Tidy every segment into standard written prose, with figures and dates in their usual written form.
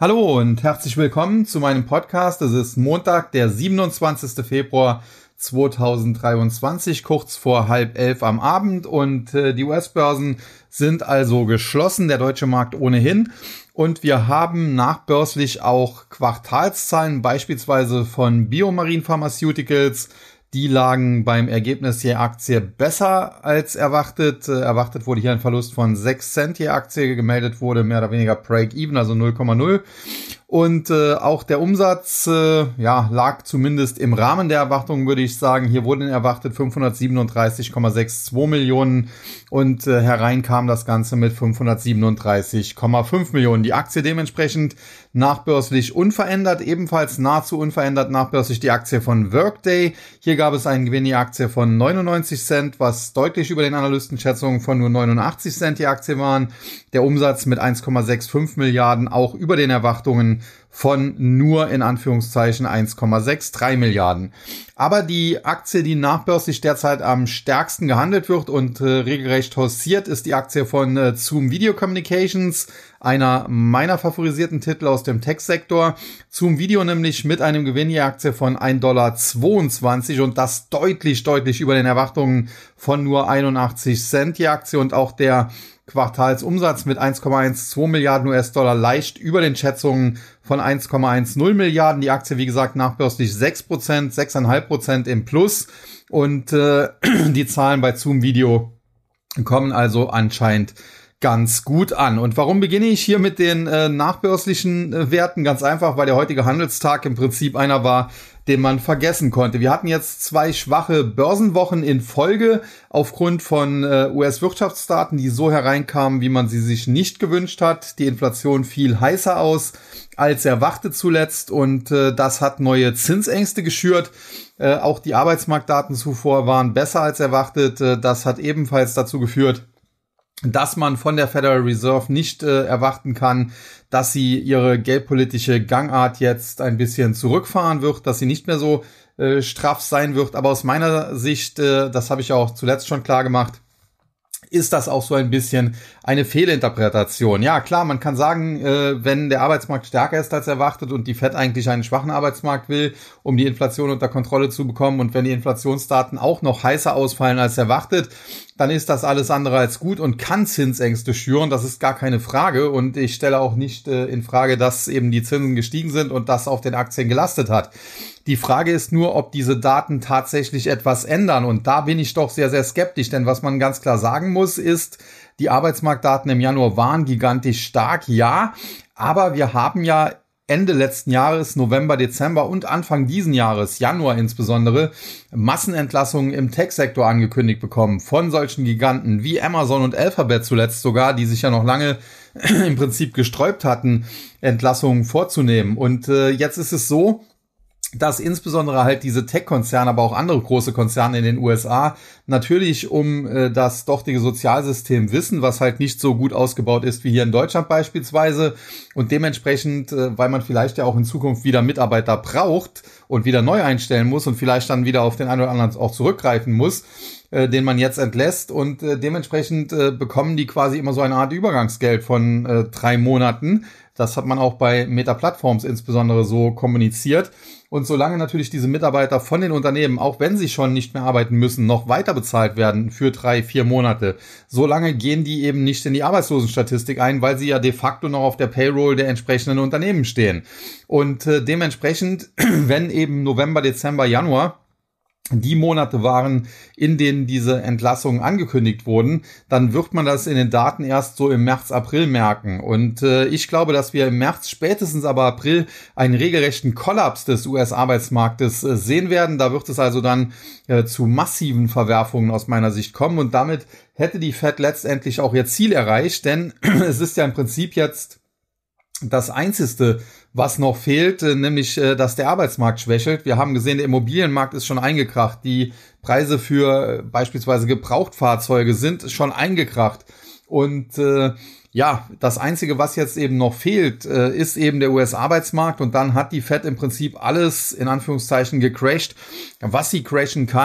Hallo und herzlich willkommen zu meinem Podcast. Es ist Montag, der 27. Februar 2023, kurz vor 10:30 am Abend und die US-Börsen sind also geschlossen, der deutsche Markt ohnehin. Und wir haben nachbörslich auch Quartalszahlen, beispielsweise von BioMarin Pharmaceuticals. Die lagen beim Ergebnis je Aktie besser als erwartet. Erwartet wurde hier ein Verlust von 6 Cent je Aktie, gemeldet wurde mehr oder weniger Break-Even, also 0,0. Und auch der Umsatz lag zumindest im Rahmen der Erwartungen, würde ich sagen. Hier wurden erwartet 537,62 Millionen und herein kam das Ganze mit 537,5 Millionen. Die Aktie dementsprechend nachbörslich unverändert, ebenfalls nahezu unverändert nachbörslich die Aktie von Workday. Hier gab es einen Gewinn je Aktie von 99 Cent, was deutlich über den Analystenschätzungen von nur 89 Cent die Aktie waren. Der Umsatz mit 1,65 Milliarden auch über den Erwartungen von nur in Anführungszeichen 1,63 Milliarden. Aber die Aktie, die nachbörslich derzeit am stärksten gehandelt wird und regelrecht haussiert, ist die Aktie von Zoom Video Communications, einer meiner favorisierten Titel aus dem Tech-Sektor. Zoom Video nämlich mit einem Gewinn je Aktie von 1,22 $ und das deutlich über den Erwartungen von nur 81 Cent je Aktie und auch der Quartalsumsatz mit 1,12 Milliarden US-Dollar leicht über den Schätzungen von 1,10 Milliarden. Die Aktie, wie gesagt, nachbörslich 6%, 6,5% im Plus. Und die Zahlen bei Zoom Video kommen also anscheinend ganz gut an. Und warum beginne ich hier mit den nachbörslichen Werten? Ganz einfach, weil der heutige Handelstag im Prinzip einer war, den man vergessen konnte. Wir hatten jetzt 2 schwache Börsenwochen in Folge aufgrund von US-Wirtschaftsdaten, die so hereinkamen, wie man sie sich nicht gewünscht hat. Die Inflation fiel heißer aus als erwartet zuletzt und das hat neue Zinsängste geschürt. Auch die Arbeitsmarktdaten zuvor waren besser als erwartet. Das hat ebenfalls dazu geführt, dass man von der Federal Reserve nicht erwarten kann, dass sie ihre geldpolitische Gangart jetzt ein bisschen zurückfahren wird, dass sie nicht mehr so straff sein wird. Aber aus meiner Sicht, das habe ich auch zuletzt schon klar gemacht, ist das auch so ein bisschen eine Fehlinterpretation. Ja, klar, man kann sagen, wenn der Arbeitsmarkt stärker ist als erwartet und die Fed eigentlich einen schwachen Arbeitsmarkt will, um die Inflation unter Kontrolle zu bekommen und wenn die Inflationsdaten auch noch heißer ausfallen als erwartet, dann ist das alles andere als gut und kann Zinsängste schüren. Das ist gar keine Frage und ich stelle auch nicht in Frage, dass eben die Zinsen gestiegen sind und das auf den Aktien gelastet hat. Die Frage ist nur, ob diese Daten tatsächlich etwas ändern und da bin ich doch sehr skeptisch, denn was man ganz klar sagen muss, ist, die Arbeitsmarktdaten im Januar waren gigantisch stark, ja, aber wir haben ja Ende letzten Jahres, November, Dezember und Anfang diesen Jahres, Januar insbesondere, Massenentlassungen im Tech-Sektor angekündigt bekommen von solchen Giganten wie Amazon und Alphabet zuletzt sogar, die sich ja noch lange im Prinzip gesträubt hatten, Entlassungen vorzunehmen. Und jetzt ist es so, dass insbesondere halt diese Tech-Konzerne, aber auch andere große Konzerne in den USA natürlich um das dortige Sozialsystem wissen, was halt nicht so gut ausgebaut ist wie hier in Deutschland beispielsweise und dementsprechend, weil man vielleicht ja auch in Zukunft wieder Mitarbeiter braucht und wieder neu einstellen muss und vielleicht dann wieder auf den einen oder anderen auch zurückgreifen muss, den man jetzt entlässt und dementsprechend bekommen die quasi immer so eine Art Übergangsgeld von 3 Monaten. Das hat man auch bei Meta Platforms insbesondere so kommuniziert. Und solange natürlich diese Mitarbeiter von den Unternehmen, auch wenn sie schon nicht mehr arbeiten müssen, noch weiter bezahlt werden für 3-4 Monate, solange gehen die eben nicht in die Arbeitslosenstatistik ein, weil sie ja de facto noch auf der Payroll der entsprechenden Unternehmen stehen. Und dementsprechend, wenn eben November, Dezember, Januar die Monate waren, in denen diese Entlassungen angekündigt wurden, dann wird man das in den Daten erst so im März, April merken. Und ich glaube, dass wir im März, spätestens aber April, einen regelrechten Kollaps des US-Arbeitsmarktes sehen werden. Da wird es also dann zu massiven Verwerfungen aus meiner Sicht kommen. Und damit hätte die Fed letztendlich auch ihr Ziel erreicht, denn es ist ja im Prinzip jetzt das Einzige, was noch fehlt, nämlich, dass der Arbeitsmarkt schwächelt. Wir haben gesehen, der Immobilienmarkt ist schon eingekracht. Die Preise für beispielsweise Gebrauchtfahrzeuge sind schon eingekracht. Und das Einzige, was jetzt eben noch fehlt, ist eben der US-Arbeitsmarkt. Und dann hat die Fed im Prinzip alles in Anführungszeichen gecrashed, was sie crashen kann,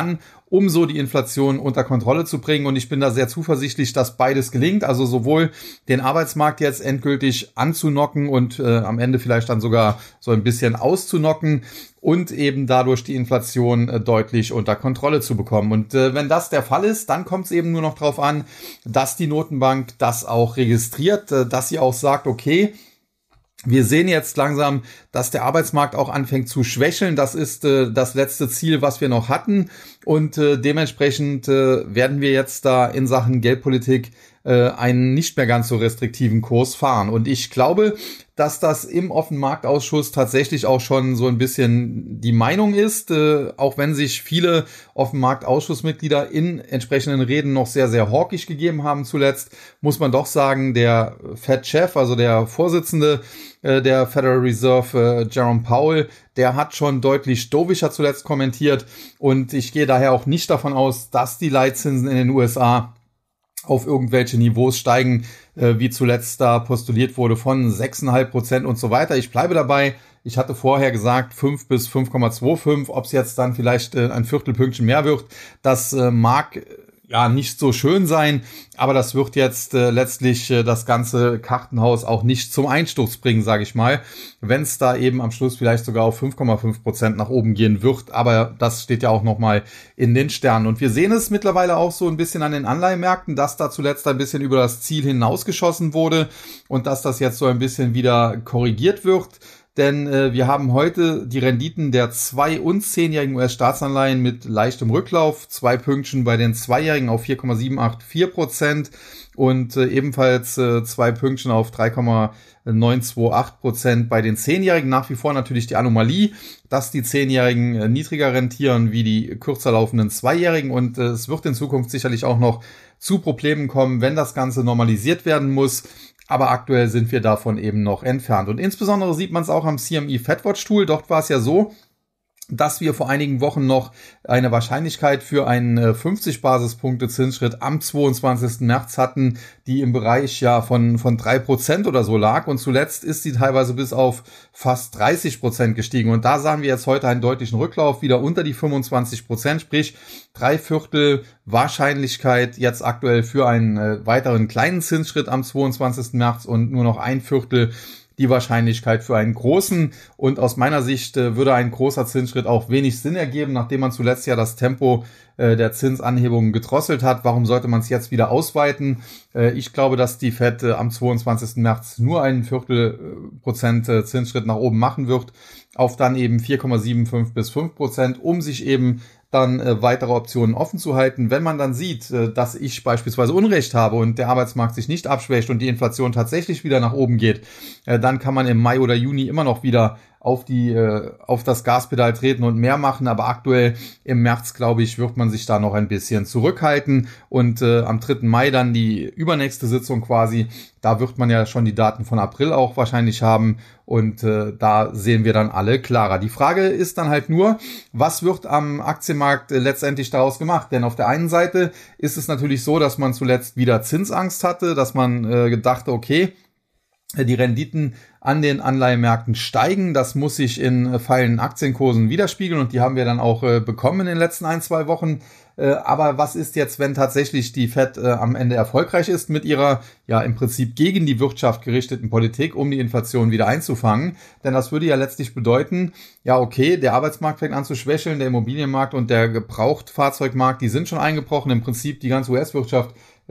um so die Inflation unter Kontrolle zu bringen. Und ich bin da sehr zuversichtlich, dass beides gelingt. Also sowohl den Arbeitsmarkt jetzt endgültig anzunocken und am Ende vielleicht dann sogar so ein bisschen auszunocken und eben dadurch die Inflation deutlich unter Kontrolle zu bekommen. Und wenn das der Fall ist, dann kommt es eben nur noch darauf an, dass die Notenbank das auch registriert, dass sie auch sagt, okay, wir sehen jetzt langsam, dass der Arbeitsmarkt auch anfängt zu schwächeln. Das ist das letzte Ziel, was wir noch hatten. Und dementsprechend werden wir jetzt da in Sachen Geldpolitik einen nicht mehr ganz so restriktiven Kurs fahren. Und ich glaube, dass das im Offenmarktausschuss tatsächlich auch schon so ein bisschen die Meinung ist, auch wenn sich viele Offenmarktausschussmitglieder in entsprechenden Reden noch sehr, sehr hawkisch gegeben haben zuletzt, muss man doch sagen, der Fed-Chef, also der Vorsitzende der Federal Reserve, Jerome Powell, der hat schon deutlich dovischer zuletzt kommentiert und ich gehe daher auch nicht davon aus, dass die Leitzinsen in den USA auf irgendwelche Niveaus steigen, wie zuletzt da postuliert wurde von 6,5% und so weiter. Ich bleibe dabei. Ich hatte vorher gesagt 5 bis 5,25. Ob es jetzt dann vielleicht ein Viertelpünktchen mehr wird, das mag ja nicht so schön sein, aber das wird jetzt letztlich das ganze Kartenhaus auch nicht zum Einsturz bringen, sage ich mal, wenn es da eben am Schluss vielleicht sogar auf 5,5% nach oben gehen wird, aber das steht ja auch nochmal in den Sternen. Und wir sehen es mittlerweile auch so ein bisschen an den Anleihenmärkten, dass da zuletzt ein bisschen über das Ziel hinausgeschossen wurde und dass das jetzt so ein bisschen wieder korrigiert wird. Denn wir haben heute die Renditen der 2- und 10-jährigen US-Staatsanleihen mit leichtem Rücklauf. 2 Pünktchen bei den 2-jährigen auf 4,784% und ebenfalls 2 Pünktchen auf 3,928% bei den 10-jährigen. Nach wie vor natürlich die Anomalie, dass die 10-jährigen niedriger rentieren wie die kürzer laufenden 2-jährigen. Und es wird in Zukunft sicherlich auch noch zu Problemen kommen, wenn das Ganze normalisiert werden muss. Aber aktuell sind wir davon eben noch entfernt. Und insbesondere sieht man es auch am CME FedWatch Tool. Dort war es ja so, dass wir vor einigen Wochen noch eine Wahrscheinlichkeit für einen 50 Basispunkte Zinsschritt am 22. März hatten, die im Bereich ja von 3% oder so lag. Und zuletzt ist sie teilweise bis auf fast 30% gestiegen. Und da sahen wir jetzt heute einen deutlichen Rücklauf wieder unter die 25%, sprich 3/4 Wahrscheinlichkeit jetzt aktuell für einen weiteren kleinen Zinsschritt am 22. März und nur noch 1/4 die Wahrscheinlichkeit für einen großen. Und aus meiner Sicht würde ein großer Zinsschritt auch wenig Sinn ergeben, nachdem man zuletzt ja das Tempo der Zinsanhebungen gedrosselt hat. Warum sollte man es jetzt wieder ausweiten? Ich glaube, dass die Fed am 22. März nur einen Viertelprozent Zinsschritt nach oben machen wird, auf dann eben 4,75 bis 5%, um sich eben dann weitere Optionen offen zu halten. Wenn man dann sieht, dass ich beispielsweise Unrecht habe und der Arbeitsmarkt sich nicht abschwächt und die Inflation tatsächlich wieder nach oben geht, dann kann man im Mai oder Juni immer noch wieder auf das Gaspedal treten und mehr machen, aber aktuell im März, glaube ich, wird man sich da noch ein bisschen zurückhalten und am 3. Mai dann die übernächste Sitzung quasi, da wird man ja schon die Daten von April auch wahrscheinlich haben und da sehen wir dann alle klarer. Die Frage ist dann halt nur, was wird am Aktienmarkt letztendlich daraus gemacht? Denn auf der einen Seite ist es natürlich so, dass man zuletzt wieder Zinsangst hatte, dass man gedachte, okay, die Renditen an den Anleihenmärkten steigen. Das muss sich in fallenden Aktienkursen widerspiegeln und die haben wir dann auch bekommen in den letzten 1-2 Wochen. Aber was ist jetzt, wenn tatsächlich die Fed am Ende erfolgreich ist mit ihrer ja im Prinzip gegen die Wirtschaft gerichteten Politik, um die Inflation wieder einzufangen? Denn das würde ja letztlich bedeuten, ja okay, der Arbeitsmarkt fängt an zu schwächeln, der Immobilienmarkt und der Gebrauchtfahrzeugmarkt, die sind schon eingebrochen. Im Prinzip die ganze US-Wirtschaft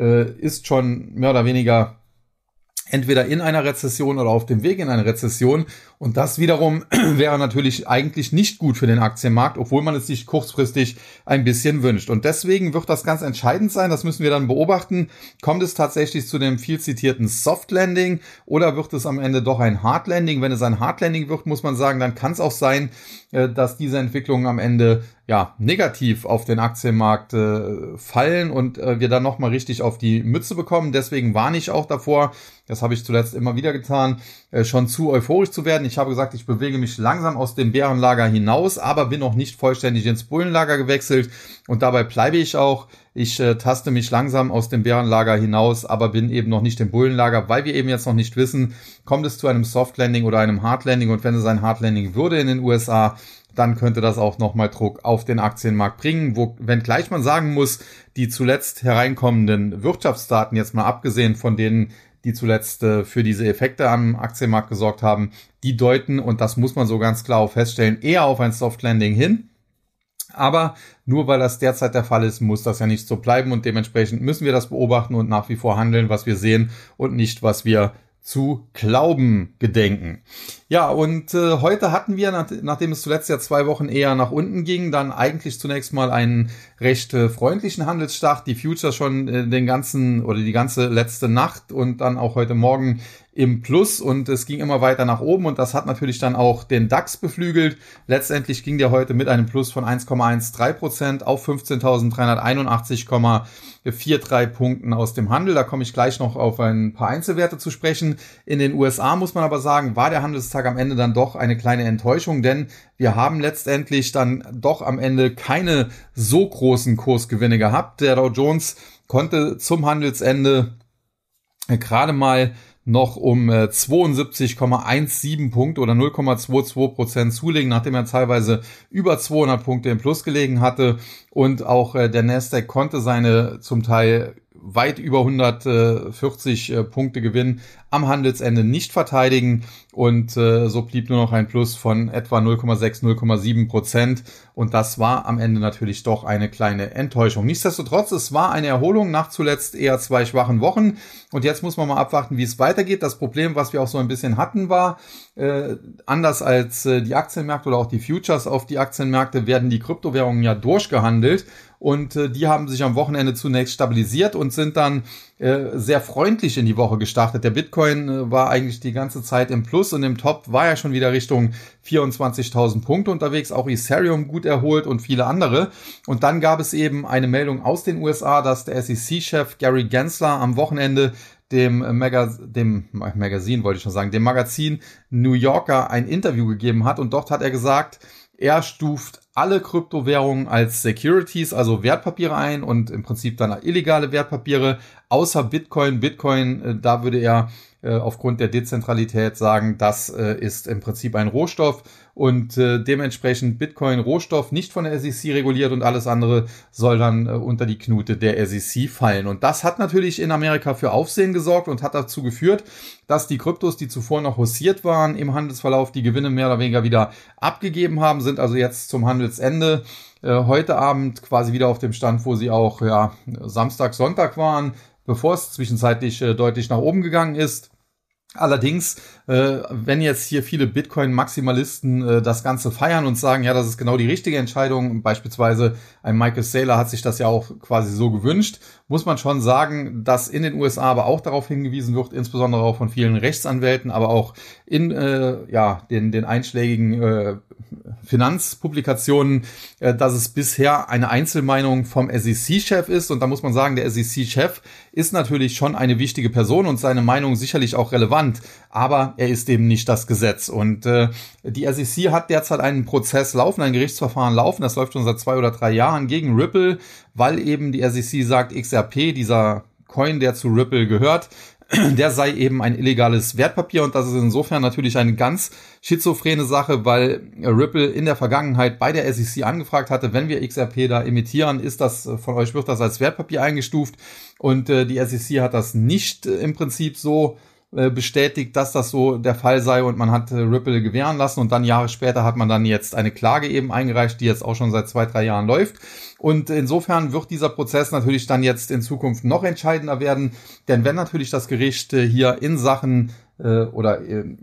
ist schon mehr oder weniger entweder in einer Rezession oder auf dem Weg in eine Rezession. Und das wiederum wäre natürlich eigentlich nicht gut für den Aktienmarkt, obwohl man es sich kurzfristig ein bisschen wünscht. Und deswegen wird das ganz entscheidend sein, das müssen wir dann beobachten. Kommt es tatsächlich zu dem viel zitierten Soft Landing oder wird es am Ende doch ein Hard Landing? Wenn es ein Hard Landing wird, muss man sagen, dann kann es auch sein, dass diese Entwicklungen am Ende ja negativ auf den Aktienmarkt fallen und wir dann nochmal richtig auf die Mütze bekommen. Deswegen warne ich auch davor, das habe ich zuletzt immer wieder getan, schon zu euphorisch zu werden. Ich habe gesagt, ich bewege mich langsam aus dem Bärenlager hinaus, aber bin noch nicht vollständig ins Bullenlager gewechselt und dabei bleibe ich auch. Ich taste mich langsam aus dem Bärenlager hinaus, aber bin eben noch nicht im Bullenlager, weil wir eben jetzt noch nicht wissen, kommt es zu einem Soft Landing oder einem Hard Landing und wenn es ein Hard Landing würde in den USA, dann könnte das auch nochmal Druck auf den Aktienmarkt bringen, wenngleich man sagen muss, die zuletzt hereinkommenden Wirtschaftsdaten, jetzt mal abgesehen von denen, die zuletzt für diese Effekte am Aktienmarkt gesorgt haben, die deuten, und das muss man so ganz klar auch feststellen, eher auf ein Soft Landing hin. Aber nur weil das derzeit der Fall ist, muss das ja nicht so bleiben, und dementsprechend müssen wir das beobachten und nach wie vor handeln, was wir sehen und nicht, was wir zu glauben gedenken. Ja, und heute hatten wir, nachdem es zuletzt ja 2 Wochen eher nach unten ging, dann eigentlich zunächst mal einen recht freundlichen Handelsstart. Die Futures schon die ganze letzte Nacht und dann auch heute Morgen im Plus, und es ging immer weiter nach oben, und das hat natürlich dann auch den DAX beflügelt. Letztendlich ging der heute mit einem Plus von 1,13% auf 15.381,43 Punkten aus dem Handel. Da komme ich gleich noch auf ein paar Einzelwerte zu sprechen. In den USA, muss man aber sagen, war der Handelstag am Ende dann doch eine kleine Enttäuschung, denn wir haben letztendlich dann doch am Ende keine so großen Kursgewinne gehabt. Der Dow Jones konnte zum Handelsende gerade mal noch um 72,17 Punkte oder 0,22% zulegen, nachdem er teilweise über 200 Punkte im Plus gelegen hatte. Und auch der Nasdaq konnte seine zum Teil weit über 140 Punkte Gewinn am Handelsende nicht verteidigen, und so blieb nur noch ein Plus von etwa 0,7%, und das war am Ende natürlich doch eine kleine Enttäuschung. Nichtsdestotrotz, es war eine Erholung nach zuletzt eher 2 schwachen Wochen, und jetzt muss man mal abwarten, wie es weitergeht. Das Problem, was wir auch so ein bisschen hatten, war, anders als die Aktienmärkte oder auch die Futures auf die Aktienmärkte, werden die Kryptowährungen ja durchgehandelt. Und die haben sich am Wochenende zunächst stabilisiert und sind dann sehr freundlich in die Woche gestartet. Der Bitcoin war eigentlich die ganze Zeit im Plus, und im Top war er schon wieder Richtung 24.000 Punkte unterwegs. Auch Ethereum gut erholt und viele andere. Und dann gab es eben eine Meldung aus den USA, dass der SEC-Chef Gary Gensler am Wochenende dem Magazin New Yorker ein Interview gegeben hat, und dort hat er gesagt, er stuft alle Kryptowährungen als Securities, also Wertpapiere ein, und im Prinzip dann illegale Wertpapiere, außer Bitcoin. Da würde er aufgrund der Dezentralität sagen, das ist im Prinzip ein Rohstoff, und dementsprechend Bitcoin Rohstoff, nicht von der SEC reguliert, und alles andere soll dann unter die Knute der SEC fallen. Und das hat natürlich in Amerika für Aufsehen gesorgt und hat dazu geführt, dass die Kryptos, die zuvor noch haussiert waren im Handelsverlauf, die Gewinne mehr oder weniger wieder abgegeben haben, sind also jetzt zum Handelsende heute Abend quasi wieder auf dem Stand, wo sie auch Samstag, Sonntag waren, bevor es zwischenzeitlich deutlich nach oben gegangen ist. Allerdings, wenn jetzt hier viele Bitcoin-Maximalisten das Ganze feiern und sagen, ja, das ist genau die richtige Entscheidung, beispielsweise ein Michael Saylor hat sich das ja auch quasi so gewünscht, muss man schon sagen, dass in den USA aber auch darauf hingewiesen wird, insbesondere auch von vielen Rechtsanwälten, aber auch in den einschlägigen Finanzpublikationen, dass es bisher eine Einzelmeinung vom SEC-Chef ist. Und da muss man sagen, der SEC-Chef ist natürlich schon eine wichtige Person und seine Meinung sicherlich auch relevant, aber er ist eben nicht das Gesetz. Und die SEC hat derzeit einen Prozess laufen, ein Gerichtsverfahren laufen, das läuft schon seit 2 oder 3 Jahren gegen Ripple, weil eben die SEC sagt, XRP, dieser Coin, der zu Ripple gehört, der sei eben ein illegales Wertpapier, und das ist insofern natürlich eine ganz schizophrene Sache, weil Ripple in der Vergangenheit bei der SEC angefragt hatte, wenn wir XRP da emittieren, wird das als Wertpapier eingestuft, und die SEC hat das nicht im Prinzip so bestätigt, dass das so der Fall sei, und man hat Ripple gewähren lassen, und dann Jahre später hat man dann jetzt eine Klage eben eingereicht, die jetzt auch schon seit 2-3 Jahren läuft. Und insofern wird dieser Prozess natürlich dann jetzt in Zukunft noch entscheidender werden, denn wenn natürlich das Gericht hier in Sachen oder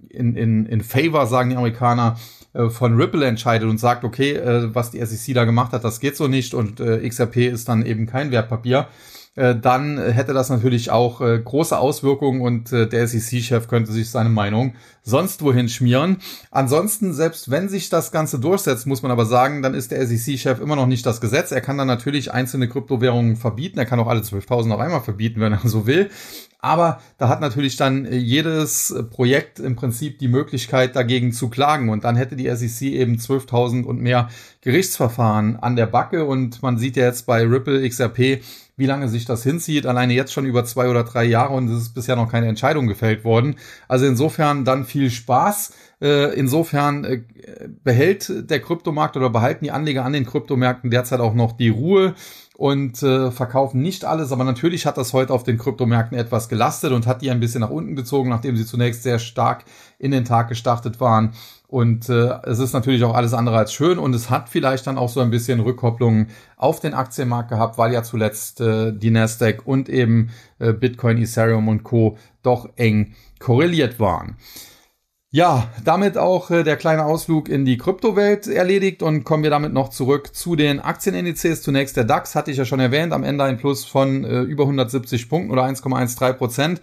in favor, sagen die Amerikaner, von Ripple entscheidet und sagt, okay, was die SEC da gemacht hat, das geht so nicht, und XRP ist dann eben kein Wertpapier, dann hätte das natürlich auch große Auswirkungen, und der SEC-Chef könnte sich seine Meinung sonst wohin schmieren. Ansonsten, selbst wenn sich das Ganze durchsetzt, muss man aber sagen, dann ist der SEC-Chef immer noch nicht das Gesetz. Er kann dann natürlich einzelne Kryptowährungen verbieten. Er kann auch alle 12.000 auf einmal verbieten, wenn er so will. Aber da hat natürlich dann jedes Projekt im Prinzip die Möglichkeit, dagegen zu klagen. Und dann hätte die SEC eben 12.000 und mehr Gerichtsverfahren an der Backe. Und man sieht ja jetzt bei Ripple XRP, wie lange sich das hinzieht. Alleine jetzt schon über 2 oder 3 Jahre und es ist bisher noch keine Entscheidung gefällt worden. Also insofern dann viel Spaß. Insofern behält der Kryptomarkt oder behalten die Anleger an den Kryptomärkten derzeit auch noch die Ruhe und verkaufen nicht alles, aber natürlich hat das heute auf den Kryptomärkten etwas gelastet und hat die ein bisschen nach unten gezogen, nachdem sie zunächst sehr stark in den Tag gestartet waren. Und es ist natürlich auch alles andere als schön und es hat vielleicht dann auch so ein bisschen Rückkopplungen auf den Aktienmarkt gehabt, weil ja zuletzt die Nasdaq und eben Bitcoin, Ethereum und Co. doch eng korreliert waren. Ja, damit auch der kleine Ausflug in die Kryptowelt erledigt und kommen wir damit noch zurück zu den Aktienindizes. Zunächst der DAX, hatte ich ja schon erwähnt, am Ende ein Plus von über 170 Punkten oder 1,13%,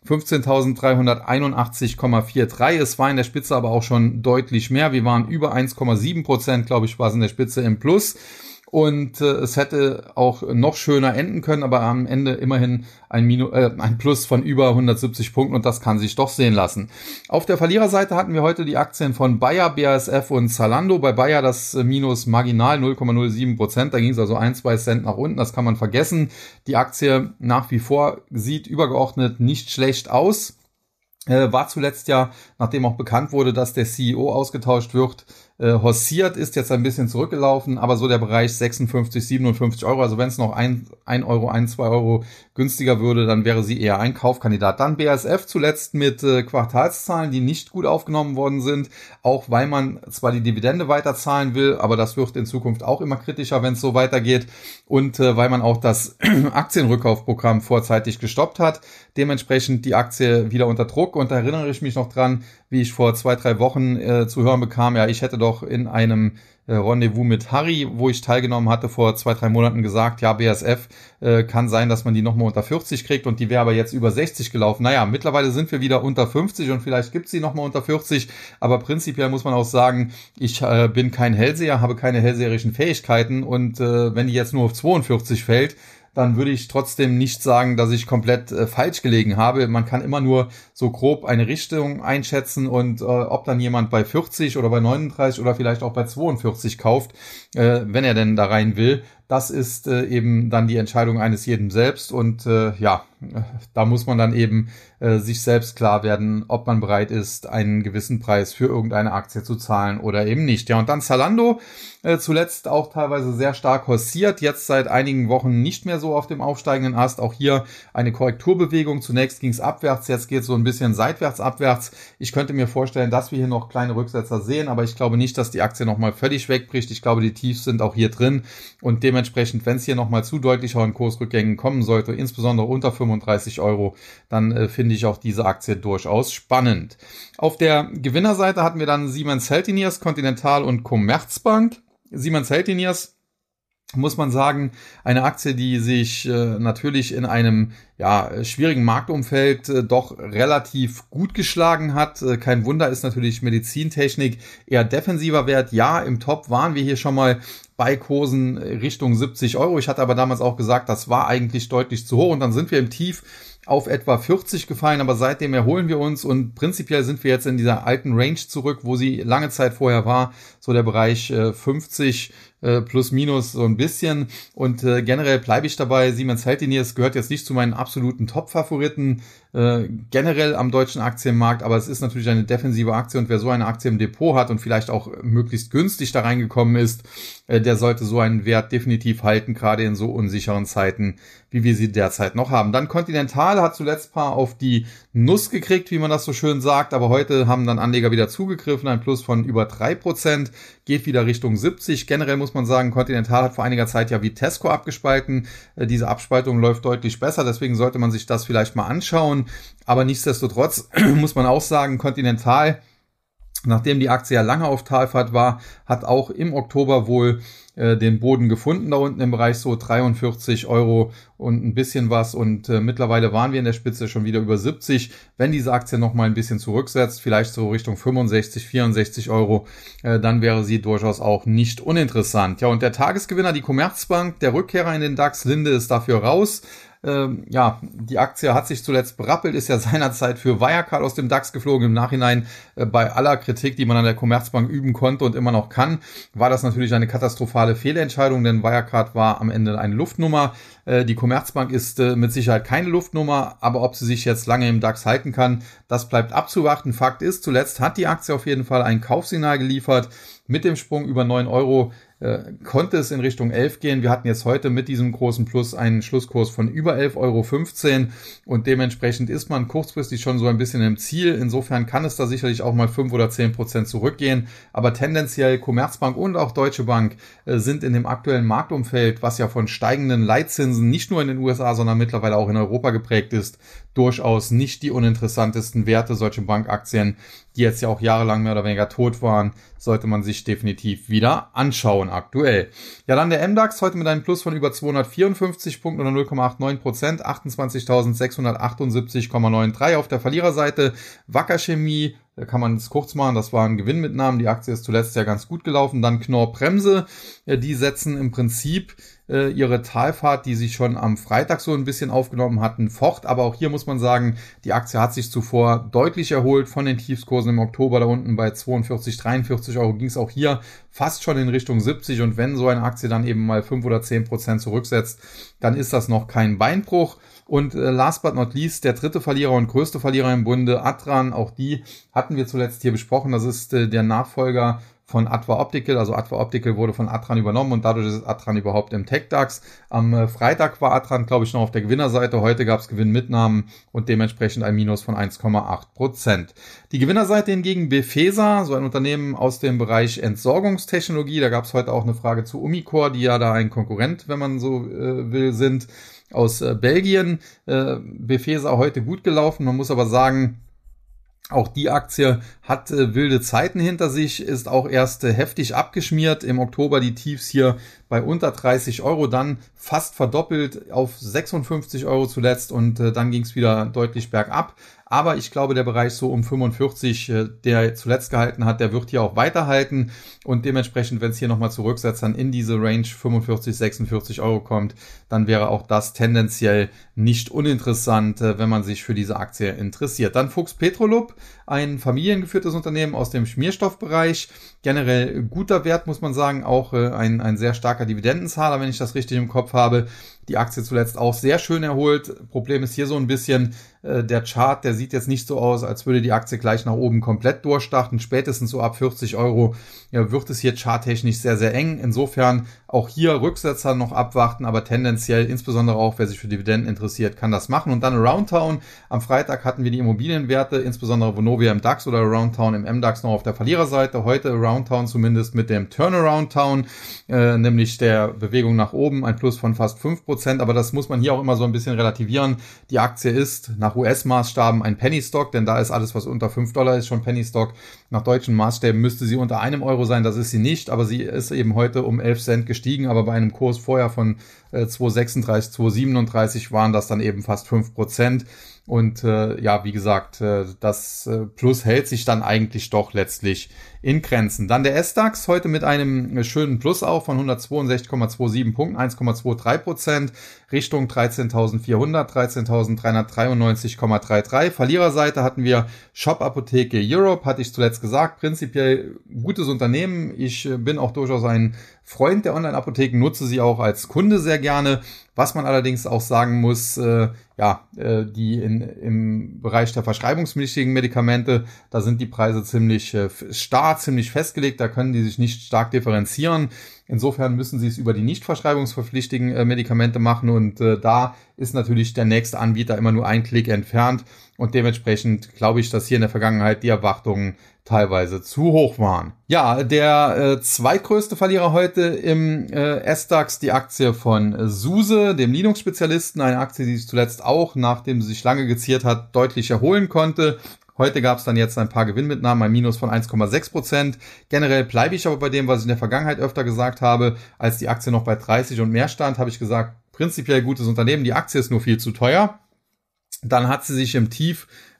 15.381,43. Es war in der Spitze aber auch schon deutlich mehr. Wir waren über 1,7%, glaube ich, war es in der Spitze im Plus. Und es hätte auch noch schöner enden können, aber am Ende immerhin ein Plus von über 170 Punkten und das kann sich doch sehen lassen. Auf der Verliererseite hatten wir heute die Aktien von Bayer, BASF und Zalando. Bei Bayer das Minus marginal 0,07%, da ging es also 1-2 Cent nach unten, das kann man vergessen. Die Aktie nach wie vor sieht übergeordnet nicht schlecht aus. War zuletzt ja, nachdem auch bekannt wurde, dass der CEO ausgetauscht wird, horsiert, ist jetzt ein bisschen zurückgelaufen, aber so der Bereich 56, 57 Euro, also wenn es noch 1 Euro, 2 Euro günstiger würde, dann wäre sie eher ein Kaufkandidat. Dann BASF zuletzt mit Quartalszahlen, die nicht gut aufgenommen worden sind, auch weil man zwar die Dividende weiterzahlen will, aber das wird in Zukunft auch immer kritischer, wenn es so weitergeht und weil man auch das Aktienrückkaufprogramm vorzeitig gestoppt hat, dementsprechend die Aktie wieder unter Druck und da erinnere ich mich noch dran, wie ich vor 2-3 Wochen zu hören bekam, ja, ich hätte doch in einem Rendezvous mit Harry, wo ich teilgenommen hatte, vor 2-3 Monaten gesagt, ja, BASF kann sein, dass man die nochmal unter 40 kriegt und die wäre aber jetzt über 60 gelaufen. Naja, mittlerweile sind wir wieder unter 50 und vielleicht gibt's sie nochmal unter 40, aber prinzipiell muss man auch sagen, ich bin kein Hellseher, habe keine hellseherischen Fähigkeiten und wenn die jetzt nur auf 42 fällt, dann würde ich trotzdem nicht sagen, dass ich komplett falsch gelegen habe. Man kann immer nur so grob eine Richtung einschätzen und ob dann jemand bei 40 oder bei 39 oder vielleicht auch bei 42 kauft, wenn er denn da rein will, das ist eben dann die Entscheidung eines jeden selbst und da muss man dann eben sich selbst klar werden, ob man bereit ist, einen gewissen Preis für irgendeine Aktie zu zahlen oder eben nicht. Ja, und dann Zalando, zuletzt auch teilweise sehr stark horsiert, jetzt seit einigen Wochen nicht mehr so auf dem aufsteigenden Ast. Auch hier eine Korrekturbewegung. Zunächst ging es abwärts, jetzt geht es so ein bisschen seitwärts, abwärts. Ich könnte mir vorstellen, dass wir hier noch kleine Rücksetzer sehen, aber ich glaube nicht, dass die Aktie nochmal völlig wegbricht. Ich glaube, die Tiefs sind auch hier drin und dementsprechend, wenn es hier nochmal zu deutlicheren Kursrückgängen kommen sollte, insbesondere unter 35 Euro, dann finde ich auch diese Aktie durchaus spannend. Auf der Gewinnerseite hatten wir dann Siemens Healthineers, Continental und Commerzbank. Siemens Healthineers, muss man sagen, eine Aktie, die sich natürlich in einem schwierigen Marktumfeld doch relativ gut geschlagen hat. Kein Wunder, ist natürlich Medizintechnik eher defensiver Wert. Ja, im Top waren wir hier schon mal bei Kursen Richtung 70 Euro. Ich hatte aber damals auch gesagt, das war eigentlich deutlich zu hoch und dann sind wir im Tief auf etwa 40 gefallen, aber seitdem erholen wir uns und prinzipiell sind wir jetzt in dieser alten Range zurück, wo sie lange Zeit vorher war, so der Bereich 50 plus minus so ein bisschen und generell bleibe ich dabei, Siemens Healthineers gehört jetzt nicht zu meinen absoluten Top-Favoriten generell am deutschen Aktienmarkt, aber es ist natürlich eine defensive Aktie und wer so eine Aktie im Depot hat und vielleicht auch möglichst günstig da reingekommen ist, der sollte so einen Wert definitiv halten, gerade in so unsicheren Zeiten, wie wir sie derzeit noch haben. Dann Continental hat zuletzt paar auf die Nuss gekriegt, wie man das so schön sagt, aber heute haben dann Anleger wieder zugegriffen, ein Plus von über 3%, geht wieder Richtung 70. Generell muss man sagen, Continental hat vor einiger Zeit ja Vitesco abgespalten. Diese Abspaltung läuft deutlich besser, deswegen sollte man sich das vielleicht mal anschauen. Aber nichtsdestotrotz muss man auch sagen, Continental, nachdem die Aktie ja lange auf Talfahrt war, hat auch im Oktober wohl den Boden gefunden, da unten im Bereich so 43 Euro und ein bisschen was und mittlerweile waren wir in der Spitze schon wieder über 70. Wenn diese Aktie noch mal ein bisschen zurücksetzt, vielleicht so Richtung 65, 64 Euro, dann wäre sie durchaus auch nicht uninteressant. Ja, und der Tagesgewinner, die Commerzbank, der Rückkehrer in den DAX, Linde ist dafür raus. Die Aktie hat sich zuletzt berappelt, ist ja seinerzeit für Wirecard aus dem DAX geflogen. Im Nachhinein, bei aller Kritik, die man an der Commerzbank üben konnte und immer noch kann, war das natürlich eine katastrophale Fehlentscheidung, denn Wirecard war am Ende eine Luftnummer. Die Commerzbank ist mit Sicherheit keine Luftnummer, aber ob sie sich jetzt lange im DAX halten kann, das bleibt abzuwarten. Fakt ist, zuletzt hat die Aktie auf jeden Fall ein Kaufsignal geliefert. Mit dem Sprung über 9 Euro konnte es in Richtung 11 gehen. Wir hatten jetzt heute mit diesem großen Plus einen Schlusskurs von über 11,15 Euro und dementsprechend ist man kurzfristig schon so ein bisschen im Ziel. Insofern kann es da sicherlich auch mal 5 oder 10% zurückgehen, aber tendenziell Commerzbank und auch Deutsche Bank sind in dem aktuellen Marktumfeld, was ja von steigenden Leitzinsen nicht nur in den USA, sondern mittlerweile auch in Europa geprägt ist, durchaus nicht die uninteressantesten Werte. Solche Bankaktien, die jetzt ja auch jahrelang mehr oder weniger tot waren, sollte man sich definitiv wieder anschauen aktuell. Ja, dann der MDAX heute mit einem Plus von über 254 Punkten oder 0,89%, 28.678,93. Auf der Verliererseite Wacker Chemie, da kann man es kurz machen, das war ein Gewinnmitnahmen. Die Aktie ist zuletzt ja ganz gut gelaufen. Dann Knorr-Bremse, die setzen im Prinzip ihre Talfahrt, die sie schon am Freitag so ein bisschen aufgenommen hatten, fort. Aber auch hier muss man sagen, die Aktie hat sich zuvor deutlich erholt von den Tiefskursen im Oktober. Da unten bei 42, 43 Euro ging es auch hier fast schon in Richtung 70. Und wenn so eine Aktie dann eben mal 5 oder 10% zurücksetzt, dann ist das noch kein Beinbruch. Und last but not least, der dritte Verlierer und größte Verlierer im Bunde, Adtran, auch die hatten wir zuletzt hier besprochen. Das ist der Nachfolger von Adva Optical. Also Adva Optical wurde von Adtran übernommen und dadurch ist Adtran überhaupt im Tech-DAX. Am Freitag war Adtran, glaube ich, noch auf der Gewinnerseite. Heute gab es Gewinnmitnahmen und dementsprechend ein Minus von 1,8%. Die Gewinnerseite hingegen Befesa, so ein Unternehmen aus dem Bereich Entsorgungstechnologie. Da gab es heute auch eine Frage zu Umicore, die ja da ein Konkurrent, wenn man so will, sind, aus Belgien. Befesa heute gut gelaufen. Man muss aber sagen, auch die Aktie hat wilde Zeiten hinter sich, ist auch erst heftig abgeschmiert. Im Oktober die Tiefs hier bei unter 30 Euro, dann fast verdoppelt auf 56 Euro zuletzt und dann ging es wieder deutlich bergab. Aber ich glaube, der Bereich so um 45, der zuletzt gehalten hat, der wird hier auch weiterhalten. Und dementsprechend, wenn es hier nochmal zurücksetzt, dann in diese Range 45, 46 Euro kommt, dann wäre auch das tendenziell nicht uninteressant, wenn man sich für diese Aktie interessiert. Dann Fuchs Petrolub, ein familiengeführtes Unternehmen aus dem Schmierstoffbereich. Generell guter Wert, muss man sagen, auch ein sehr starker Dividendenzahler, wenn ich das richtig im Kopf habe. Die Aktie zuletzt auch sehr schön erholt. Problem ist hier so ein bisschen, der Chart, der sieht jetzt nicht so aus, als würde die Aktie gleich nach oben komplett durchstarten. Spätestens so ab 40 Euro wird es hier charttechnisch sehr, sehr eng. Insofern auch hier Rücksetzer noch abwarten, aber tendenziell, insbesondere auch, wer sich für Dividenden interessiert, kann das machen. Und dann Aroundtown. Am Freitag hatten wir die Immobilienwerte, insbesondere Vonovia im DAX oder Aroundtown im MDAX noch auf der Verliererseite. Heute Aroundtown zumindest mit dem Turnaround-Town, nämlich der Bewegung nach oben, ein Plus von fast 5%. Aber das muss man hier auch immer so ein bisschen relativieren. Die Aktie ist nach US-Maßstaben ein Penny-Stock, denn da ist alles, was unter $5 ist, schon Penny-Stock. Nach deutschen Maßstäben müsste sie unter einem Euro sein, das ist sie nicht, aber sie ist eben heute um 11 Cent gestiegen, aber bei einem Kurs vorher von 2,36, 2,37 waren das dann eben fast 5%. Und wie gesagt, das Plus hält sich dann eigentlich doch letztlich in Grenzen. Dann der SDAX heute mit einem schönen Plus auch von 162,27 Punkten, 1,23%, Richtung 13.400, 13.393,33. Verliererseite hatten wir Shop Apotheke Europe, hatte ich zuletzt gesagt, prinzipiell gutes Unternehmen. Ich bin auch durchaus ein Freund der Online-Apotheken, nutze sie auch als Kunde sehr gerne. Was man allerdings auch sagen muss, die im Bereich der verschreibungspflichtigen Medikamente, da sind die Preise ziemlich starr, ziemlich festgelegt, da können die sich nicht stark differenzieren. Insofern müssen sie es über die nicht verschreibungspflichtigen Medikamente machen und da ist natürlich der nächste Anbieter immer nur ein Klick entfernt und dementsprechend glaube ich, dass hier in der Vergangenheit die Erwartungen teilweise zu hoch waren. Ja, der zweitgrößte Verlierer heute im SDAX, die Aktie von SUSE, dem Linux-Spezialisten, eine Aktie, die sich zuletzt auch, nachdem sie sich lange geziert hat, deutlich erholen konnte. Heute gab es dann jetzt ein paar Gewinnmitnahmen, ein Minus von 1,6%. Generell bleibe ich aber bei dem, was ich in der Vergangenheit öfter gesagt habe. Als die Aktie noch bei 30 und mehr stand, habe ich gesagt, prinzipiell gutes Unternehmen, die Aktie ist nur viel zu teuer. Dann hat sie sich im Tief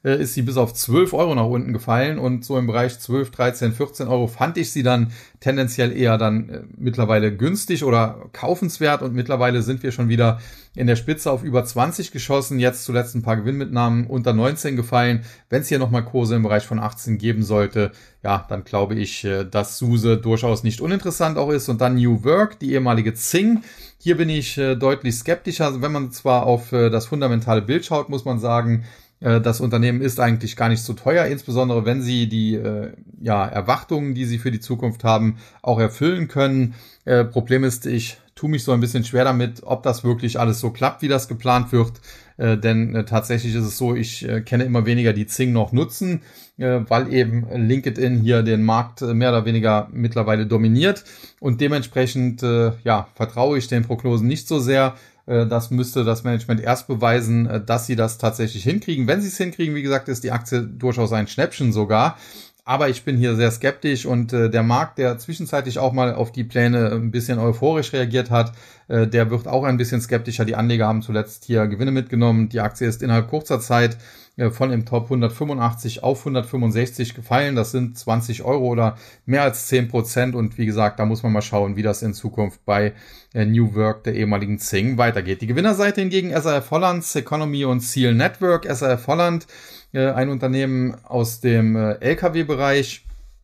ist sie bis auf 12 Euro nach unten gefallen und so im Bereich 12, 13, 14 Euro fand ich sie dann tendenziell eher dann mittlerweile günstig oder kaufenswert und mittlerweile sind wir schon wieder in der Spitze auf über 20 geschossen, jetzt zuletzt ein paar Gewinnmitnahmen unter 19 gefallen. Wenn es hier nochmal Kurse im Bereich von 18 geben sollte, ja, dann glaube ich, dass SUSE durchaus nicht uninteressant auch ist. Und dann New Work, die ehemalige Zing. Hier bin ich deutlich skeptischer. Also wenn man zwar auf das fundamentale Bild schaut, muss man sagen, das Unternehmen ist eigentlich gar nicht so teuer, insbesondere wenn sie die Erwartungen, die sie für die Zukunft haben, auch erfüllen können. Problem ist, ich tue mich so ein bisschen schwer damit, ob das wirklich alles so klappt, wie das geplant wird. Denn tatsächlich ist es so, ich kenne immer weniger, die Zing noch nutzen, weil eben LinkedIn hier den Markt mehr oder weniger mittlerweile dominiert. Und dementsprechend vertraue ich den Prognosen nicht so sehr. Das müsste das Management erst beweisen, dass sie das tatsächlich hinkriegen. Wenn sie es hinkriegen, wie gesagt, ist die Aktie durchaus ein Schnäppchen sogar. Aber ich bin hier sehr skeptisch und der Markt, der zwischenzeitlich auch mal auf die Pläne ein bisschen euphorisch reagiert hat, der wird auch ein bisschen skeptischer. Die Anleger haben zuletzt hier Gewinne mitgenommen. Die Aktie ist innerhalb kurzer Zeit von im Top 185 auf 165 gefallen. Das sind 20 Euro oder mehr als 10%. Und wie gesagt, da muss man mal schauen, wie das in Zukunft bei New Work, der ehemaligen Zing, weitergeht. Die Gewinnerseite hingegen SAF Holland, Seconomy und Seal Network. SAF Holland, ein Unternehmen aus dem LKW-Bereich.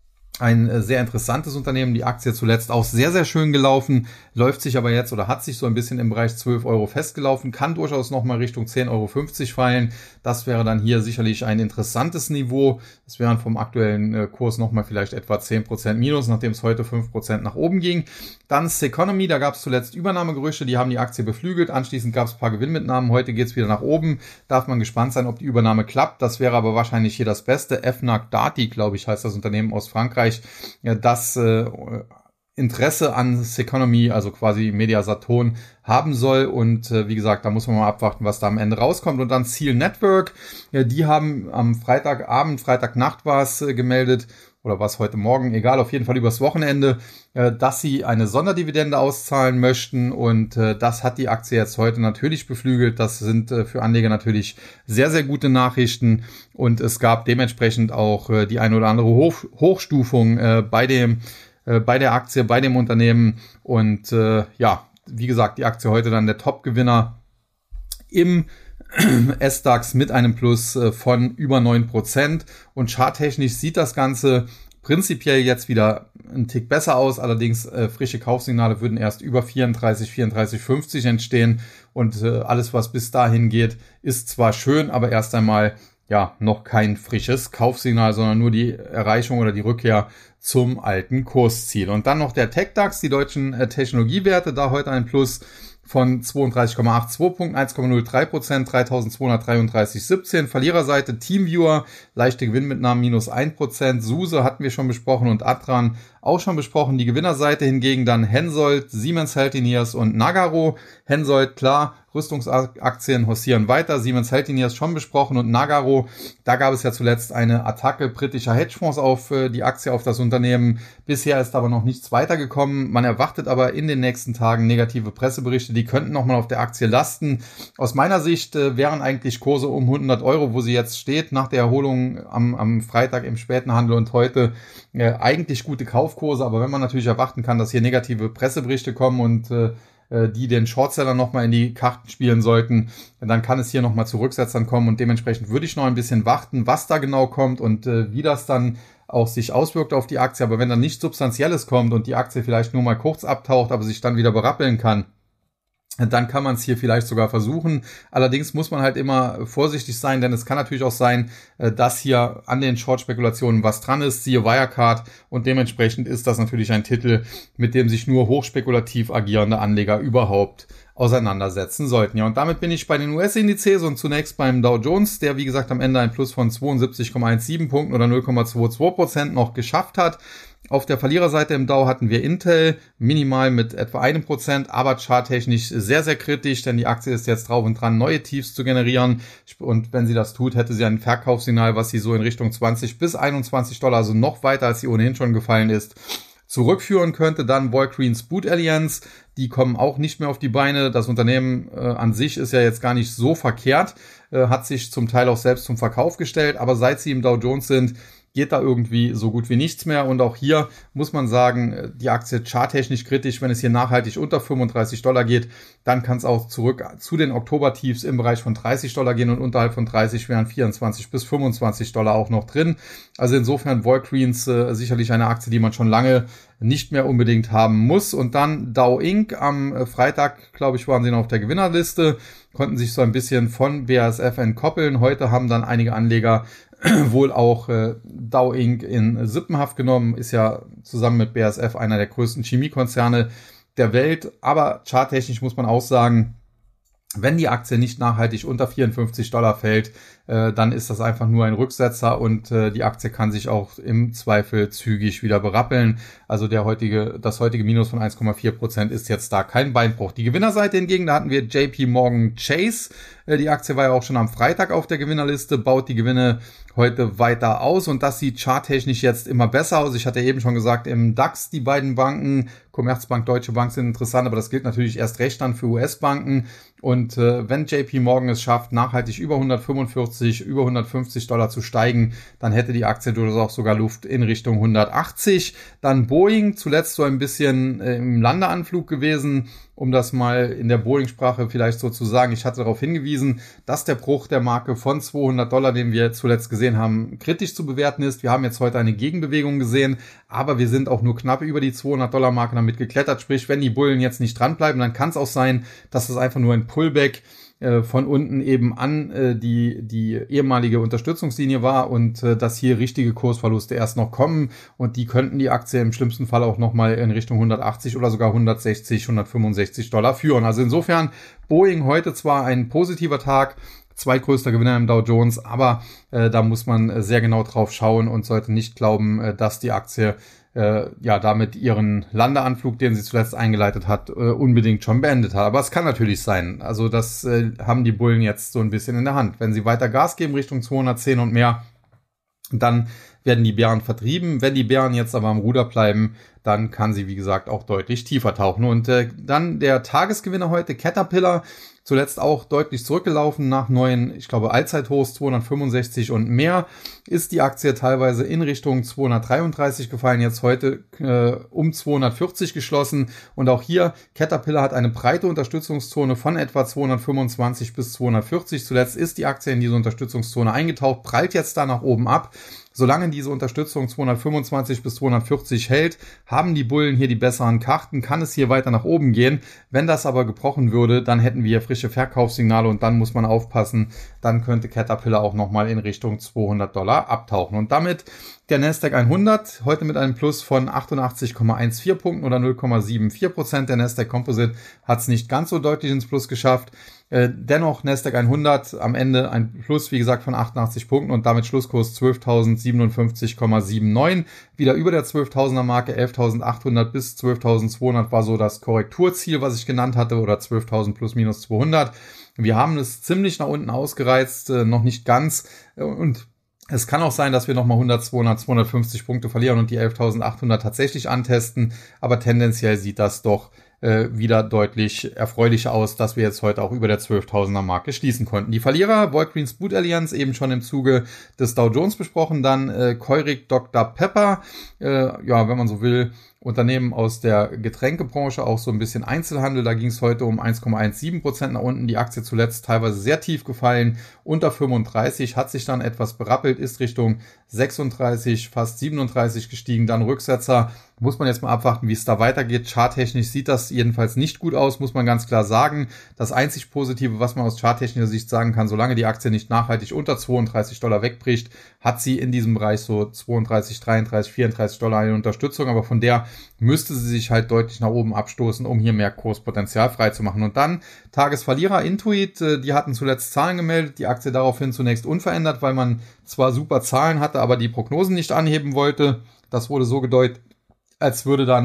Ein sehr interessantes Unternehmen, die Aktie zuletzt auch sehr, sehr schön gelaufen, läuft sich aber jetzt oder hat sich so ein bisschen im Bereich 12 Euro festgelaufen, kann durchaus nochmal Richtung 10,50 Euro fallen. Das wäre dann hier sicherlich ein interessantes Niveau. Das wären vom aktuellen Kurs nochmal vielleicht etwa 10% minus, nachdem es heute 5% nach oben ging. Dann Seconomy, da gab es zuletzt Übernahmegerüchte, die haben die Aktie beflügelt. Anschließend gab es ein paar Gewinnmitnahmen, heute geht es wieder nach oben. Darf man gespannt sein, ob die Übernahme klappt. Das wäre aber wahrscheinlich hier das Beste. Fnac Darty, glaube ich, heißt das Unternehmen aus Frankreich. Das Interesse an Seconomy, also quasi Media-Saturn, haben soll. Und wie gesagt, da muss man mal abwarten, was da am Ende rauskommt. Und dann Seal Network, die haben am Freitagabend, Freitagnacht war es gemeldet, oder was heute Morgen, egal, auf jeden Fall übers Wochenende, dass sie eine Sonderdividende auszahlen möchten und das hat die Aktie jetzt heute natürlich beflügelt. Das sind für Anleger natürlich sehr, sehr gute Nachrichten und es gab dementsprechend auch die eine oder andere Hochstufung bei der Aktie, bei dem Unternehmen und wie gesagt, die Aktie heute dann der Top-Gewinner im SDAX mit einem Plus von über 9% und charttechnisch sieht das Ganze prinzipiell jetzt wieder ein Tick besser aus, allerdings frische Kaufsignale würden erst über 34,50 entstehen und alles, was bis dahin geht, ist zwar schön, aber erst einmal noch kein frisches Kaufsignal, sondern nur die Erreichung oder die Rückkehr zum alten Kursziel. Und dann noch der TechDAX, die deutschen Technologiewerte, da heute ein Plus von 32,82 Punkten, 1,03%, 3.233,17. Verliererseite Teamviewer, leichte Gewinnmitnahmen minus 1%. SUSE hatten wir schon besprochen und Adtran auch schon besprochen. Die Gewinnerseite hingegen dann Hensoldt, Siemens Healthineers und Nagarro. Hensoldt, klar, Rüstungsaktien hausieren weiter. Siemens Healthineers schon besprochen und Nagarro, da gab es ja zuletzt eine Attacke britischer Hedgefonds auf die Aktie, auf das Unternehmen. Bisher ist aber noch nichts weitergekommen. Man erwartet aber in den nächsten Tagen negative Presseberichte, die könnten nochmal auf der Aktie lasten. Aus meiner Sicht wären eigentlich Kurse um 100 Euro, wo sie jetzt steht, nach der Erholung am Freitag im späten Handel und heute eigentlich gute Kaufkurse. Aber wenn man natürlich erwarten kann, dass hier negative Presseberichte kommen und die den Shortseller nochmal in die Karten spielen sollten, dann kann es hier nochmal zu Rücksetzern kommen und dementsprechend würde ich noch ein bisschen warten, was da genau kommt und wie das dann auch sich auswirkt auf die Aktie. Aber wenn dann nichts Substanzielles kommt und die Aktie vielleicht nur mal kurz abtaucht, aber sich dann wieder berappeln kann, dann kann man es hier vielleicht sogar versuchen. Allerdings muss man halt immer vorsichtig sein, denn es kann natürlich auch sein, dass hier an den Short-Spekulationen was dran ist, siehe Wirecard, und dementsprechend ist das natürlich ein Titel, mit dem sich nur hochspekulativ agierende Anleger überhaupt auseinandersetzen sollten. Ja, und damit bin ich bei den US-Indizes und zunächst beim Dow Jones, der wie gesagt am Ende ein Plus von 72,17 Punkten oder 0,22% noch geschafft hat. Auf der Verliererseite im Dow hatten wir Intel, minimal mit etwa 1%, aber charttechnisch sehr, sehr kritisch, denn die Aktie ist jetzt drauf und dran, neue Tiefs zu generieren. Und wenn sie das tut, hätte sie ein Verkaufssignal, was sie so in Richtung $20 bis $21, also noch weiter, als sie ohnehin schon gefallen ist, zurückführen könnte. Dann Walgreens Boots Alliance, die kommen auch nicht mehr auf die Beine. Das Unternehmen an sich ist ja jetzt gar nicht so verkehrt, hat sich zum Teil auch selbst zum Verkauf gestellt, aber seit sie im Dow Jones sind, geht da irgendwie so gut wie nichts mehr. Und auch hier muss man sagen, die Aktie charttechnisch kritisch. Wenn es hier nachhaltig unter $35 geht, dann kann es auch zurück zu den Oktobertiefs im Bereich von $30 gehen und unterhalb von 30 wären $24 bis $25 auch noch drin. Also insofern Walgreens sicherlich eine Aktie, die man schon lange nicht mehr unbedingt haben muss. Und dann Dow Inc. Am Freitag, glaube ich, waren sie noch auf der Gewinnerliste, konnten sich so ein bisschen von BASF entkoppeln. Heute haben dann einige Anleger wohl auch Dow Inc. in Sippenhaft genommen, ist ja zusammen mit BASF einer der größten Chemiekonzerne der Welt. Aber charttechnisch muss man auch sagen, wenn die Aktie nicht nachhaltig unter $54 fällt, dann ist das einfach nur ein Rücksetzer und die Aktie kann sich auch im Zweifel zügig wieder berappeln. Also das heutige Minus von 1,4% ist jetzt da kein Beinbruch. Die Gewinnerseite hingegen, da hatten wir JP Morgan Chase. Die Aktie war ja auch schon am Freitag auf der Gewinnerliste, baut die Gewinne heute weiter aus und das sieht charttechnisch jetzt immer besser aus. Ich hatte eben schon gesagt, im DAX die beiden Banken, Commerzbank, Deutsche Bank sind interessant, aber das gilt natürlich erst recht dann für US-Banken. Und wenn JP Morgan es schafft, nachhaltig über 145, über $150 zu steigen, dann hätte die Aktie durchaus auch sogar Luft in Richtung 180. Dann Boeing, zuletzt so ein bisschen im Landeanflug gewesen, um das mal in der Boeing-Sprache vielleicht so zu sagen. Ich hatte darauf hingewiesen, dass der Bruch der Marke von $200, den wir zuletzt gesehen haben, kritisch zu bewerten ist. Wir haben jetzt heute eine Gegenbewegung gesehen, aber wir sind auch nur knapp über die $200-Marke damit geklettert. Sprich, wenn die Bullen jetzt nicht dranbleiben, dann kann es auch sein, dass es einfach nur ein Pullback von unten eben an die ehemalige Unterstützungslinie war und dass hier richtige Kursverluste erst noch kommen und die könnten die Aktie im schlimmsten Fall auch nochmal in Richtung 180 oder sogar 160, $165 führen. Also insofern Boeing heute zwar ein positiver Tag, zweitgrößter Gewinner im Dow Jones, aber da muss man sehr genau drauf schauen und sollte nicht glauben, dass die Aktie damit ihren Landeanflug, den sie zuletzt eingeleitet hat, unbedingt schon beendet hat. Aber es kann natürlich sein. Also das haben die Bullen jetzt so ein bisschen in der Hand. Wenn sie weiter Gas geben Richtung 210 und mehr, dann werden die Bären vertrieben. Wenn die Bären jetzt aber am Ruder bleiben, dann kann sie, wie gesagt, auch deutlich tiefer tauchen. Und dann der Tagesgewinner heute, Caterpillar, zuletzt auch deutlich zurückgelaufen nach neuen, ich glaube, Allzeithochs 265 und mehr, ist die Aktie teilweise in Richtung 233 gefallen, jetzt heute um 240 geschlossen. Und auch hier, Caterpillar hat eine breite Unterstützungszone von etwa 225 bis 240. Zuletzt ist die Aktie in diese Unterstützungszone eingetaucht, prallt jetzt da nach oben ab. Solange diese Unterstützung 225 bis 240 hält, haben die Bullen hier die besseren Karten, kann es hier weiter nach oben gehen. Wenn das aber gebrochen würde, dann hätten wir frische Verkaufssignale und dann muss man aufpassen, dann könnte Caterpillar auch nochmal in Richtung $200 abtauchen. Und damit der Nasdaq 100, heute mit einem Plus von 88,14 Punkten oder 0,74%. Der Nasdaq Composite hat es nicht ganz so deutlich ins Plus geschafft. Dennoch Nasdaq 100 am Ende ein Plus, wie gesagt, von 88 Punkten und damit Schlusskurs 12.057,79. Wieder über der 12.000er Marke, 11.800 bis 12.200 war so das Korrekturziel, was ich genannt hatte, oder 12.000 plus minus 200. Wir haben es ziemlich nach unten ausgereizt, noch nicht ganz, und es kann auch sein, dass wir nochmal 100, 200, 250 Punkte verlieren und die 11.800 tatsächlich antesten, aber tendenziell sieht das doch wieder deutlich erfreulicher aus, dass wir jetzt heute auch über der 12.000er Marke schließen konnten. Die Verlierer, Walgreens Boots Alliance, eben schon im Zuge des Dow Jones besprochen, dann Keurig Dr. Pepper, wenn man so will, Unternehmen aus der Getränkebranche, auch so ein bisschen Einzelhandel. Da ging es heute um 1,17% nach unten. Die Aktie zuletzt teilweise sehr tief gefallen, unter 35, hat sich dann etwas berappelt, ist Richtung 36, fast 37 gestiegen, dann Rücksetzer. Muss man jetzt mal abwarten, wie es da weitergeht. Charttechnisch sieht das jedenfalls nicht gut aus, muss man ganz klar sagen. Das einzig Positive, was man aus charttechnischer Sicht sagen kann, solange die Aktie nicht nachhaltig unter $32 wegbricht, hat sie in diesem Bereich so 32, 33, $34 eine Unterstützung, aber von der müsste sie sich halt deutlich nach oben abstoßen, um hier mehr Kurspotenzial freizumachen. Und dann Tagesverlierer Intuit, die hatten zuletzt Zahlen gemeldet, die Aktie daraufhin zunächst unverändert, weil man zwar super Zahlen hatte, aber die Prognosen nicht anheben wollte. Das wurde so gedeutet, als würde dann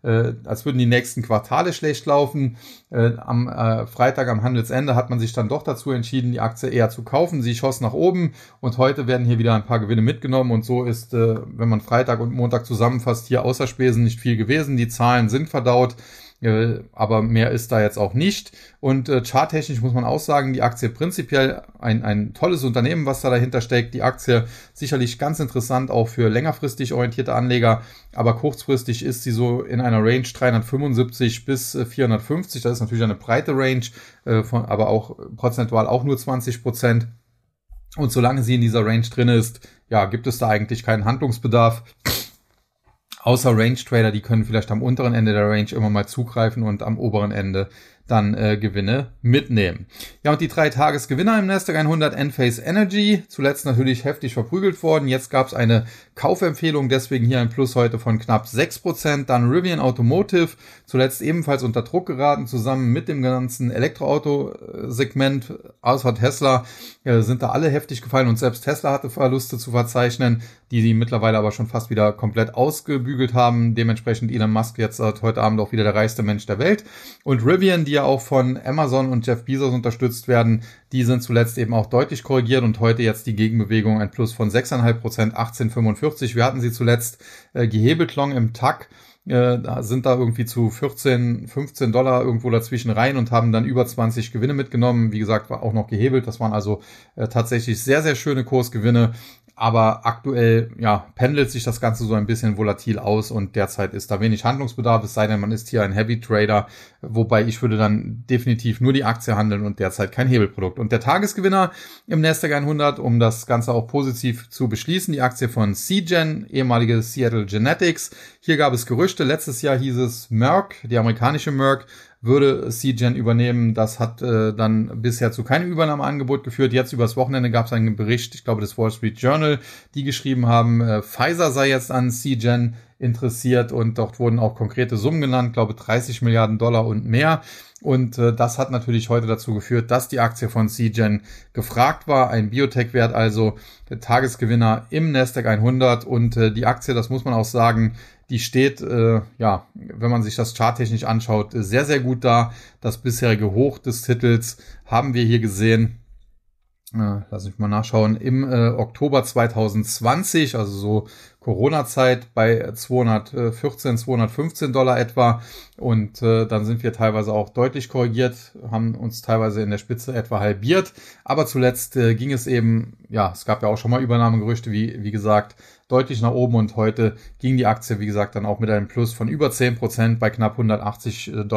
als würden die nächsten Quartale schlecht laufen. Am Freitag am Handelsende hat man sich dann doch dazu entschieden, die Aktie eher zu kaufen. Sie schoss nach oben und heute werden hier wieder ein paar Gewinne mitgenommen und so ist, wenn man Freitag und Montag zusammenfasst, hier außer Spesen nicht viel gewesen. Die Zahlen sind verdaut. Aber mehr ist da jetzt auch nicht. Und charttechnisch muss man auch sagen, die Aktie prinzipiell ein tolles Unternehmen, was da dahinter steckt. Die Aktie sicherlich ganz interessant, auch für längerfristig orientierte Anleger. Aber kurzfristig ist sie so in einer Range 375 bis 450. Das ist natürlich eine breite Range, aber auch prozentual auch nur 20%. Und solange sie in dieser Range drin ist, ja, gibt es da eigentlich keinen Handlungsbedarf. Außer Range-Trader, die können vielleicht am unteren Ende der Range immer mal zugreifen und am oberen Ende dann Gewinne mitnehmen. Ja, und die 3 Tagesgewinner im Nasdaq 100, Enphase Energy, zuletzt natürlich heftig verprügelt worden. Jetzt gab es eine Kaufempfehlung, deswegen hier ein Plus heute von knapp 6%. Dann Rivian Automotive, zuletzt ebenfalls unter Druck geraten, zusammen mit dem ganzen Elektroauto-Segment, außer Tesla, sind da alle heftig gefallen und selbst Tesla hatte Verluste zu verzeichnen, die mittlerweile aber schon fast wieder komplett ausgebügelt haben. Dementsprechend Elon Musk jetzt heute Abend auch wieder der reichste Mensch der Welt. Und Rivian, die ja auch von Amazon und Jeff Bezos unterstützt werden, die sind zuletzt eben auch deutlich korrigiert und heute jetzt die Gegenbewegung ein Plus von 6,5%, 18,45. Wir hatten sie zuletzt gehebelt long im TAC, sind da irgendwie zu 14, $15 irgendwo dazwischen rein und haben dann über 20 Gewinne mitgenommen. Wie gesagt, war auch noch gehebelt. Das waren also tatsächlich sehr, sehr schöne Kursgewinne. Aber aktuell, ja, pendelt sich das Ganze so ein bisschen volatil aus und derzeit ist da wenig Handlungsbedarf, es sei denn, man ist hier ein Heavy Trader, wobei ich würde dann definitiv nur die Aktie handeln und derzeit kein Hebelprodukt. Und der Tagesgewinner im Nasdaq 100, um das Ganze auch positiv zu beschließen, die Aktie von Seagen, ehemalige Seattle Genetics. Hier gab es Gerüchte, letztes Jahr hieß es Merck, die amerikanische Merck, würde Seagen übernehmen. Das hat dann bisher zu keinem Übernahmeangebot geführt. Jetzt übers Wochenende gab es einen Bericht, ich glaube des Wall Street Journal, die geschrieben haben, Pfizer sei jetzt an Seagen interessiert und dort wurden auch konkrete Summen genannt, glaube 30 Milliarden Dollar und mehr. Und das hat natürlich heute dazu geführt, dass die Aktie von Seagen gefragt war. Ein Biotech-Wert, also der Tagesgewinner im Nasdaq 100. Und die Aktie, das muss man auch sagen, die steht, ja, wenn man sich das charttechnisch anschaut, sehr, sehr gut da. Das bisherige Hoch des Titels haben wir hier gesehen. Lass mich mal nachschauen. Im Oktober 2020, also so Corona-Zeit, bei 214, $215 etwa. Und dann sind wir teilweise auch deutlich korrigiert, haben uns teilweise in der Spitze etwa halbiert. Aber zuletzt ging es eben, ja, es gab ja auch schon mal Übernahmegerüchte, wie gesagt, deutlich nach oben und heute ging die Aktie, wie gesagt, dann auch mit einem Plus von über 10% bei knapp $180,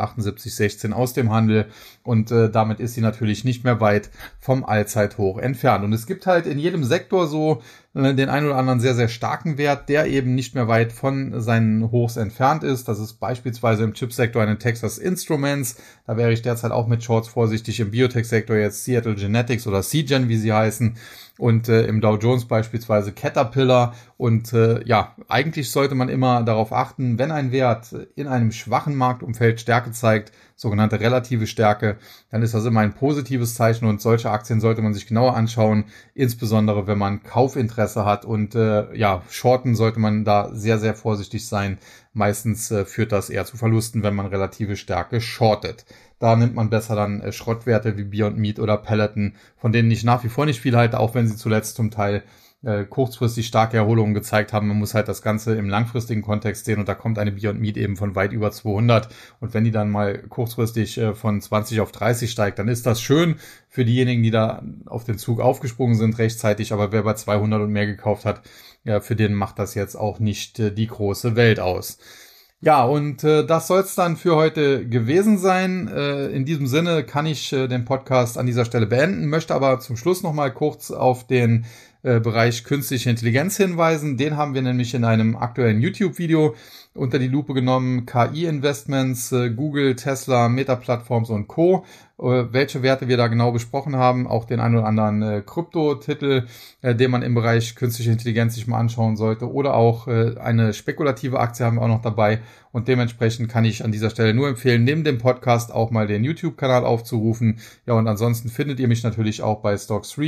178,16 aus dem Handel und damit ist sie natürlich nicht mehr weit vom Allzeithoch entfernt. Und es gibt halt in jedem Sektor so den einen oder anderen sehr, sehr starken Wert, der eben nicht mehr weit von seinen Hochs entfernt ist. Das ist beispielsweise im Chipsektor eine Texas Instruments. Da wäre ich derzeit auch mit Shorts vorsichtig. Im Biotech-Sektor jetzt Seattle Genetics oder Seagen, wie sie heißen. Und im Dow Jones beispielsweise Caterpillar. Und ja, eigentlich sollte man immer darauf achten, wenn ein Wert in einem schwachen Marktumfeld Stärke zeigt, sogenannte relative Stärke, dann ist das immer ein positives Zeichen und solche Aktien sollte man sich genauer anschauen, insbesondere wenn man Kaufinteresse hat und ja, shorten sollte man da sehr, sehr vorsichtig sein. Meistens führt das eher zu Verlusten, wenn man relative Stärke shortet. Da nimmt man besser dann Schrottwerte wie Beyond Meat oder Peloton, von denen ich nach wie vor nicht viel halte, auch wenn sie zuletzt zum Teil kurzfristig starke Erholungen gezeigt haben. Man muss halt das Ganze im langfristigen Kontext sehen und da kommt eine Beyond Meat eben von weit über 200 und wenn die dann mal kurzfristig von 20 auf 30 steigt, dann ist das schön für diejenigen, die da auf den Zug aufgesprungen sind rechtzeitig, aber wer bei 200 und mehr gekauft hat, ja, für den macht das jetzt auch nicht die große Welt aus. Ja, und das soll es dann für heute gewesen sein. In diesem Sinne kann ich den Podcast an dieser Stelle beenden, möchte aber zum Schluss noch mal kurz auf den Bereich künstliche Intelligenz hinweisen. Den haben wir nämlich in einem aktuellen YouTube-Video unter die Lupe genommen. KI-Investments, Google, Tesla, Meta-Plattforms und Co. Welche Werte wir da genau besprochen haben, auch den einen oder anderen Kryptotitel, den man im Bereich künstliche Intelligenz sich mal anschauen sollte oder auch eine spekulative Aktie haben wir auch noch dabei und dementsprechend kann ich an dieser Stelle nur empfehlen, neben dem Podcast auch mal den YouTube-Kanal aufzurufen. Ja, und ansonsten findet ihr mich natürlich auch bei Stock3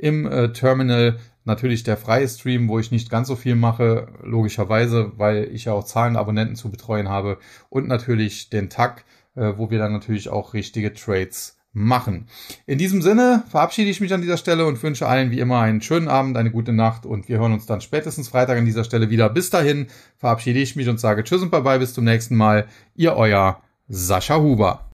im Terminal. Natürlich der freie Stream, wo ich nicht ganz so viel mache, logischerweise, weil ich ja auch zahlende Abonnenten zu betreuen habe. Und natürlich den Tag, wo wir dann natürlich auch richtige Trades machen. In diesem Sinne verabschiede ich mich an dieser Stelle und wünsche allen wie immer einen schönen Abend, eine gute Nacht und wir hören uns dann spätestens Freitag an dieser Stelle wieder. Bis dahin verabschiede ich mich und sage Tschüss und Bye-bye, bis zum nächsten Mal. Ihr euer Sascha Huber.